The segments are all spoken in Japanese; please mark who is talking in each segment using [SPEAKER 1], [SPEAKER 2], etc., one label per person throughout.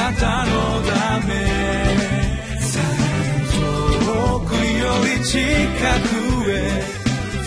[SPEAKER 1] なたのため遠くより近くへ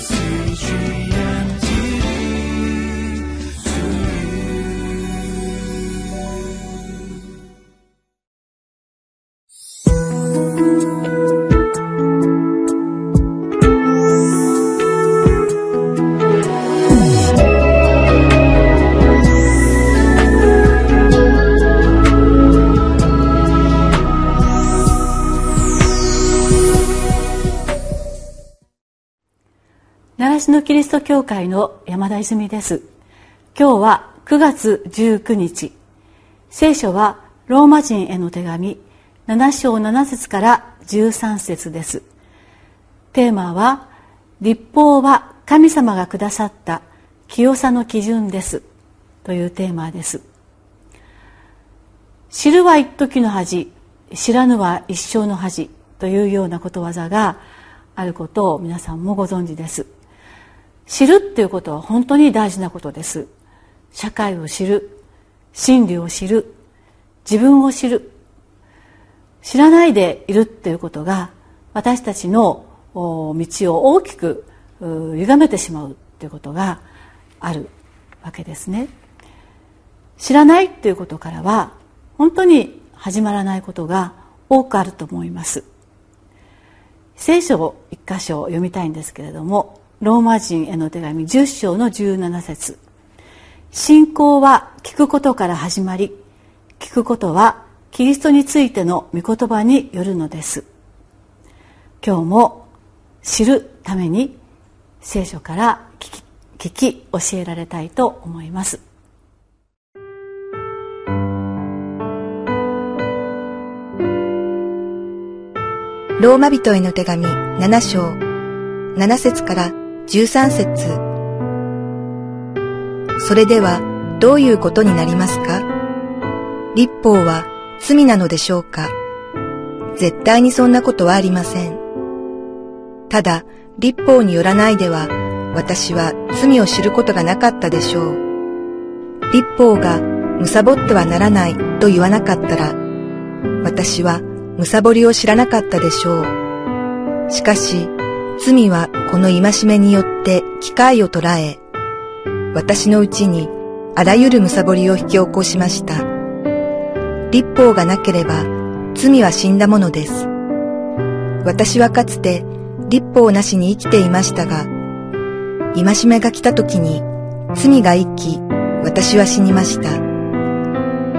[SPEAKER 2] 習志野キリスト教会の山田泉です。今日は9月19日。聖書はローマ人への手紙7章7節から13節です。テーマは律法は神様がくださった清さの基準ですというテーマです。知るは一時の恥、知らぬは一生の恥というようなことわざがあることを皆さんもご存知です。知るっていうことは本当に大事なことです。社会を知る、真理を知る、自分を知る。知らないでいるっていうことが私たちの道を大きく歪めてしまうっていうことがあるわけですね。知らないっていうことからは本当に始まらないことが多くあると思います。聖書を一箇所読みたいんですけれども、ローマ人への手紙10章の17節。信仰は聞くことから始まり、聞くことはキリストについての御言葉によるのです。今日も知るために聖書から聞き教えられたいと思います。
[SPEAKER 3] ローマ人への手紙7章7節から13節。それではどういうことになりますか？律法は罪なのでしょうか？絶対にそんなことはありません。ただ律法によらないでは私は罪を知ることがなかったでしょう。律法が貪ってはならないと言わなかったら私は貪りを知らなかったでしょう。しかし罪はこの戒めによって機会を捉え、私のうちにあらゆる貪りを引き起こしました。律法がなければ罪は死んだものです。私はかつて律法なしに生きていましたが、戒めが来た時に罪が生き、私は死にました。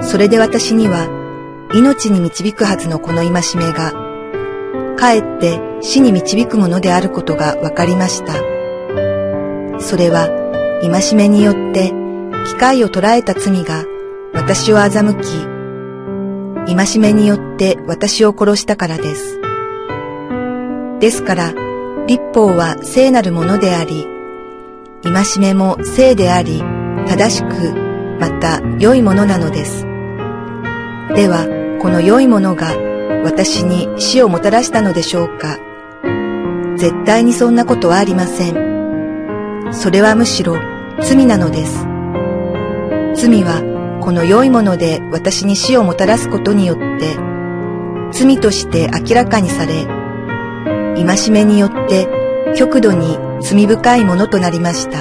[SPEAKER 3] それで私には命に導くはずのこの戒めが、かえって死に導くものであることが分かりました。それは戒めによって機会を捉えた罪が私を欺き、戒めによって私を殺したからです。ですから律法は聖なるものであり、戒めも聖であり、正しくまた良いものなのです。ではこの良いものが私に死をもたらしたのでしょうか？絶対にそんなことはありません。それはむしろ罪なのです。罪はこの良いもので私に死をもたらすことによって罪として明らかにされ、戒めによって極度に罪深いものとなりました。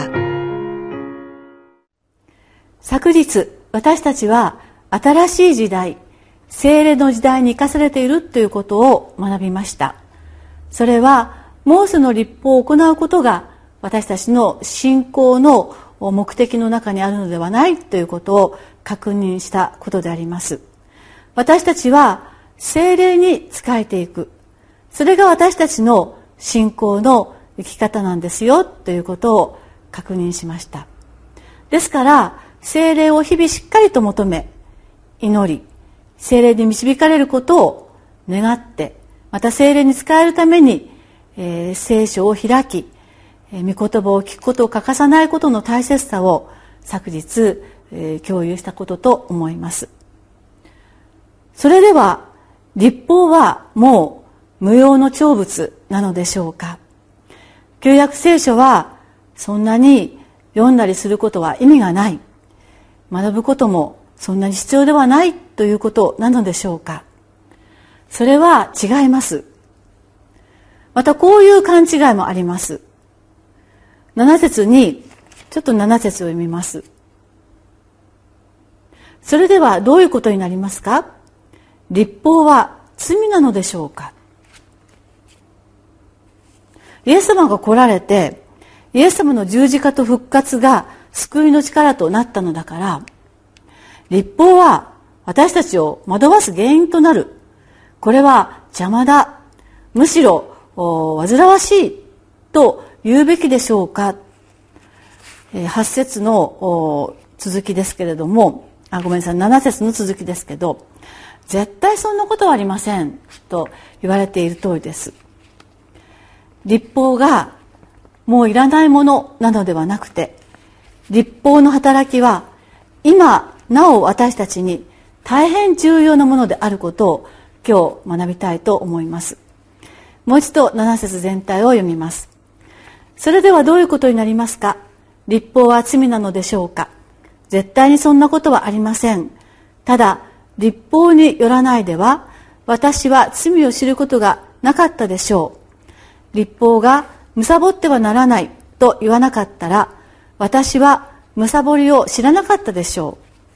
[SPEAKER 2] 昨日私たちは新しい時代、聖霊の時代に生かされているということを学びました。それはモーセの律法を行うことが私たちの信仰の目的の中にあるのではないということを確認したことであります。私たちは聖霊に仕えていく、それが私たちの信仰の生き方なんですよということを確認しました。ですから聖霊を日々しっかりと求め、祈り、聖霊に導かれることを願って、また聖霊に仕えるために、聖書を開き、御言葉を聞くことを欠かさないことの大切さを昨日、共有したことと思います。それでは律法はもう無用の長物なのでしょうか？旧約聖書はそんなに読んだりすることは意味がない、学ぶこともそんなに必要ではないということなのでしょうか。それは違います。またこういう勘違いもあります。7節にちょっと7節を読みます。それではどういうことになりますか？律法は罪なのでしょうか？イエス様が来られて、イエス様の十字架と復活が救いの力となったのだから、律法は私たちを惑わす原因となる。これは邪魔だ。むしろ煩わしいと言うべきでしょうか。8節の続きですけれども、ごめんなさい、7節の続きですけど、絶対そんなことはありませんと言われている通りです。律法がもういらないものなのではなくて、律法の働きは今なお私たちに大変重要なものであることを今日学びたいと思います。もう一度7節全体を読みます。それではどういうことになりますか？律法は罪なのでしょうか？絶対にそんなことはありません。ただ律法によらないでは私は罪を知ることがなかったでしょう。律法が貪ってはならないと言わなかったら私は貪りを知らなかったでしょ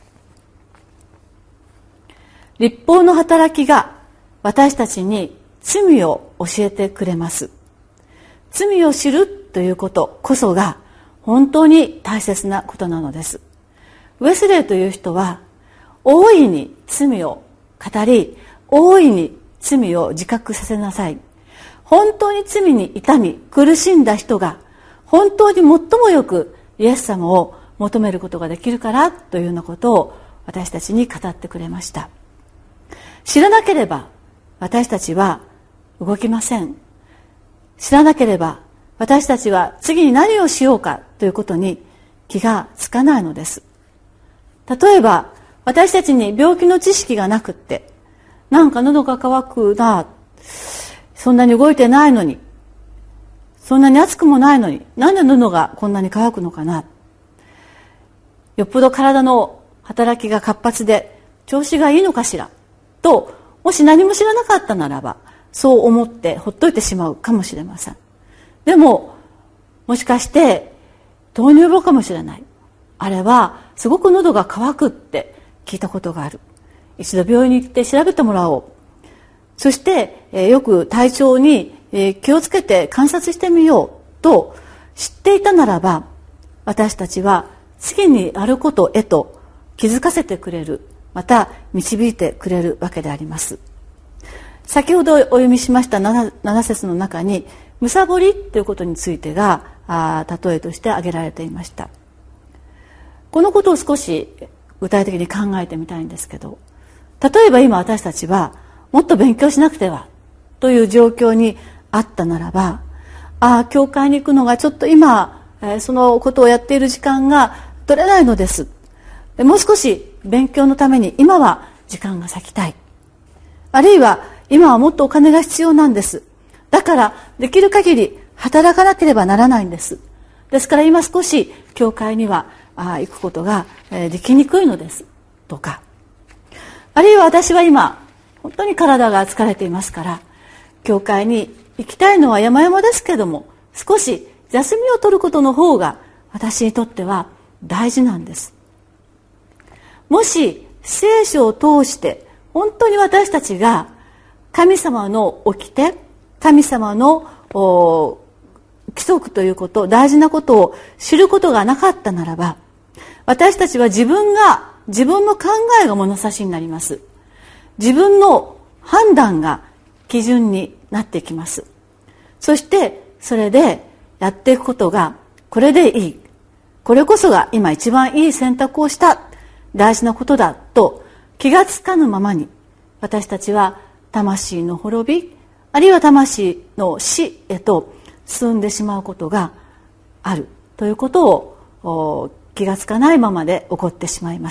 [SPEAKER 2] う。律法の働きが私たちに罪を教えてくれます。罪を知るということこそが本当に大切なことなのです。ウェスレーという人は大いに罪を語り、大いに罪を自覚させなさい。本当に罪に痛み苦しんだ人が本当に最もよくイエス様を求めることができるからというようなことを私たちに語ってくれました。知らなければ私たちは動きません。知らなければ私たちは次に何をしようかということに気がつかないのです。例えば私たちに病気の知識がなくって、なんか喉が渇くな、そんなに動いてないのに、そんなに暑くもないのに、なんで喉がこんなに渇くのかな、よっぽど体の働きが活発で調子がいいのかしらと、もし何も知らなかったならばそう思ってほっといてしまうかもしれません。でももしかして糖尿病かもしれない。あれはすごく喉が渇くって聞いたことがある。一度病院に行って調べてもらおう。そして、よく体調に、気をつけて観察してみようと知っていたならば、私たちは次にあることへと気づかせてくれる、また導いてくれるわけであります。先ほどお読みしました 7節の中に貪りということについてが例えとして挙げられていました。このことを少し具体的に考えてみたいんですけど、例えば今私たちはもっと勉強しなくてはという状況にあったならば、教会に行くのがちょっと今、そのことをやっている時間が取れないのです。もう少し勉強のために今は時間が割きたい。あるいは今はもっとお金が必要なんです。だからできる限り働かなければならないんです。ですから今少し教会には行くことができにくいのですとか、あるいは私は今本当に体が疲れていますから教会に行きたいのは山々ですけども、少し休みを取ることの方が私にとっては大事なんです。もし聖書を通して本当に私たちが神様の掟、神様の規則ということ、大事なことを知ることがなかったならば、私たちは自分の考えが物差しになります。自分の判断が基準になってきます。そしてそれでやっていくことがこれでいい、これこそが今一番いい選択をした大事なことだと気がつかぬままに、私たちは魂の滅び、あるいは魂の死へと進んでしまうことがあるということを気がつかないままで起こってしまいます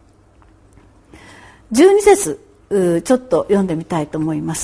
[SPEAKER 2] 。12節ちょっと読んでみたいと思います。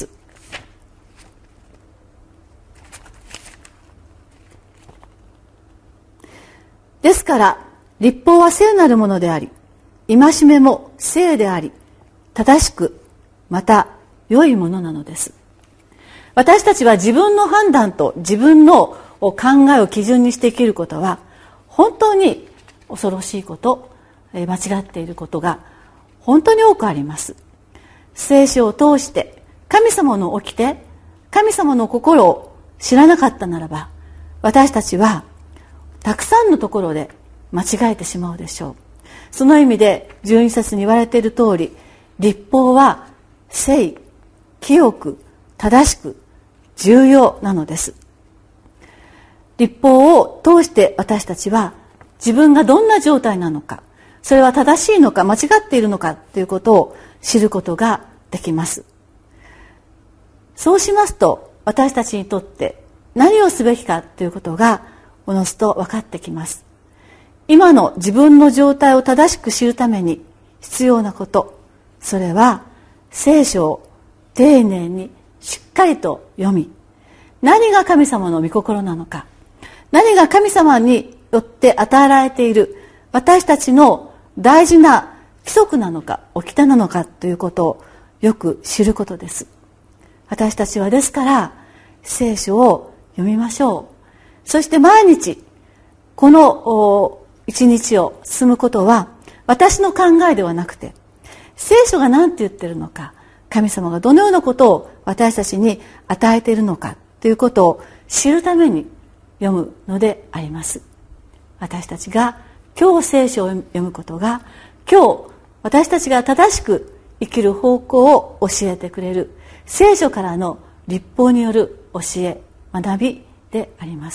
[SPEAKER 2] ですから律法は聖なるものであり、 戒めも聖であり、正しく、また良いものなのです。私たちは自分の判断と自分の考えを基準にして生きることは本当に恐ろしいこと、間違っていることが本当に多くあります。聖書を通して神様の掟、神様の心を知らなかったならば、私たちはたくさんのところで間違えてしまうでしょう。その意味で12節に言われている通り、律法は聖、清く、正しく、重要なのです。律法を通して私たちは自分がどんな状態なのか、それは正しいのか間違っているのかということを知ることができます。そうしますと、私たちにとって何をすべきかということがおのずと分かってきます。今の自分の状態を正しく知るために必要なこと、それは聖書を丁寧にしっかりと読み、何が神様の御心なのか、何が神様によって与えられている私たちの大事な規則なのか、掟なのかということをよく知ることです。私たちはですから聖書を読みましょう。そして毎日この一日を進むことは私の考えではなくて、聖書が何て言っているのか、神様がどのようなことを私たちに与えているのかということを知るために読むのであります。私たちが今日聖書を読むことが、今日私たちが正しく生きる方向を教えてくれる聖書からの律法による教え、学びであります。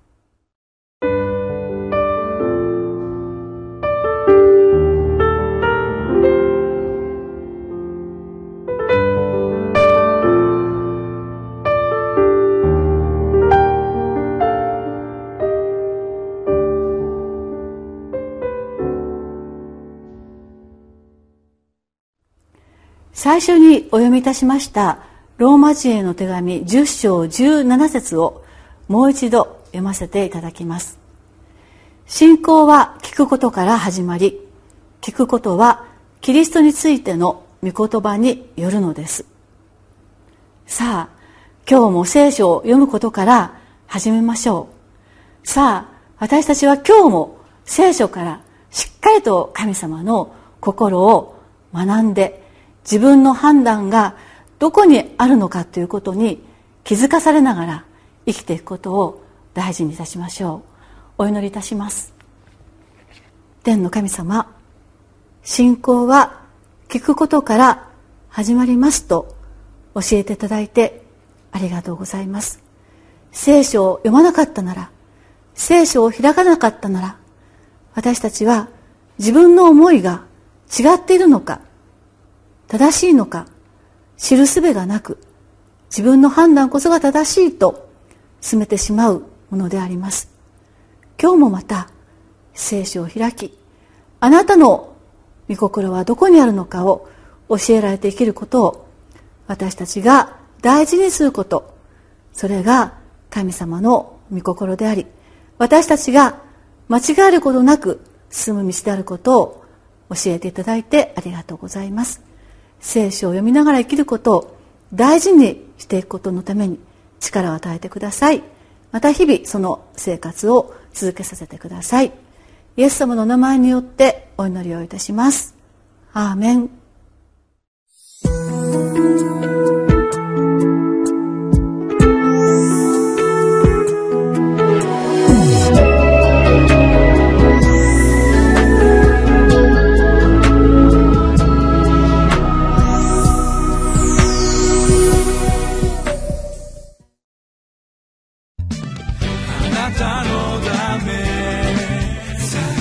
[SPEAKER 2] 最初にお読みいたしましたローマ人への手紙10章17節をもう一度読ませていただきます。信仰は聞くことから始まり、聞くことはキリストについての御言葉によるのです。さあ、今日も聖書を読むことから始めましょう。さあ、私たちは今日も聖書からしっかりと神様の心を学んで、自分の判断がどこにあるのかということに気づかされながら生きていくことを大事にいたしましょう。お祈りいたします。天の神様、信仰は聞くことから始まりますと教えていただいてありがとうございます。聖書を読まなかったなら、聖書を開かなかったなら、私たちは自分の思いが違っているのか、正しいのか知る術がなく、自分の判断こそが正しいと進めてしまうものであります。今日もまた聖書を開き、あなたの御心はどこにあるのかを教えられて生きることを私たちが大事にすること、それが神様の御心であり、私たちが間違えることなく進む道であることを教えていただいてありがとうございます。聖書を読みながら生きることを大事にしていくことのために力を与えてください。また日々その生活を続けさせてください。イエス様のお名前によってお祈りをいたします。アーメン。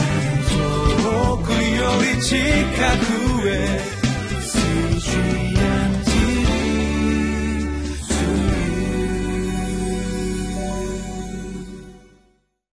[SPEAKER 1] 近くへ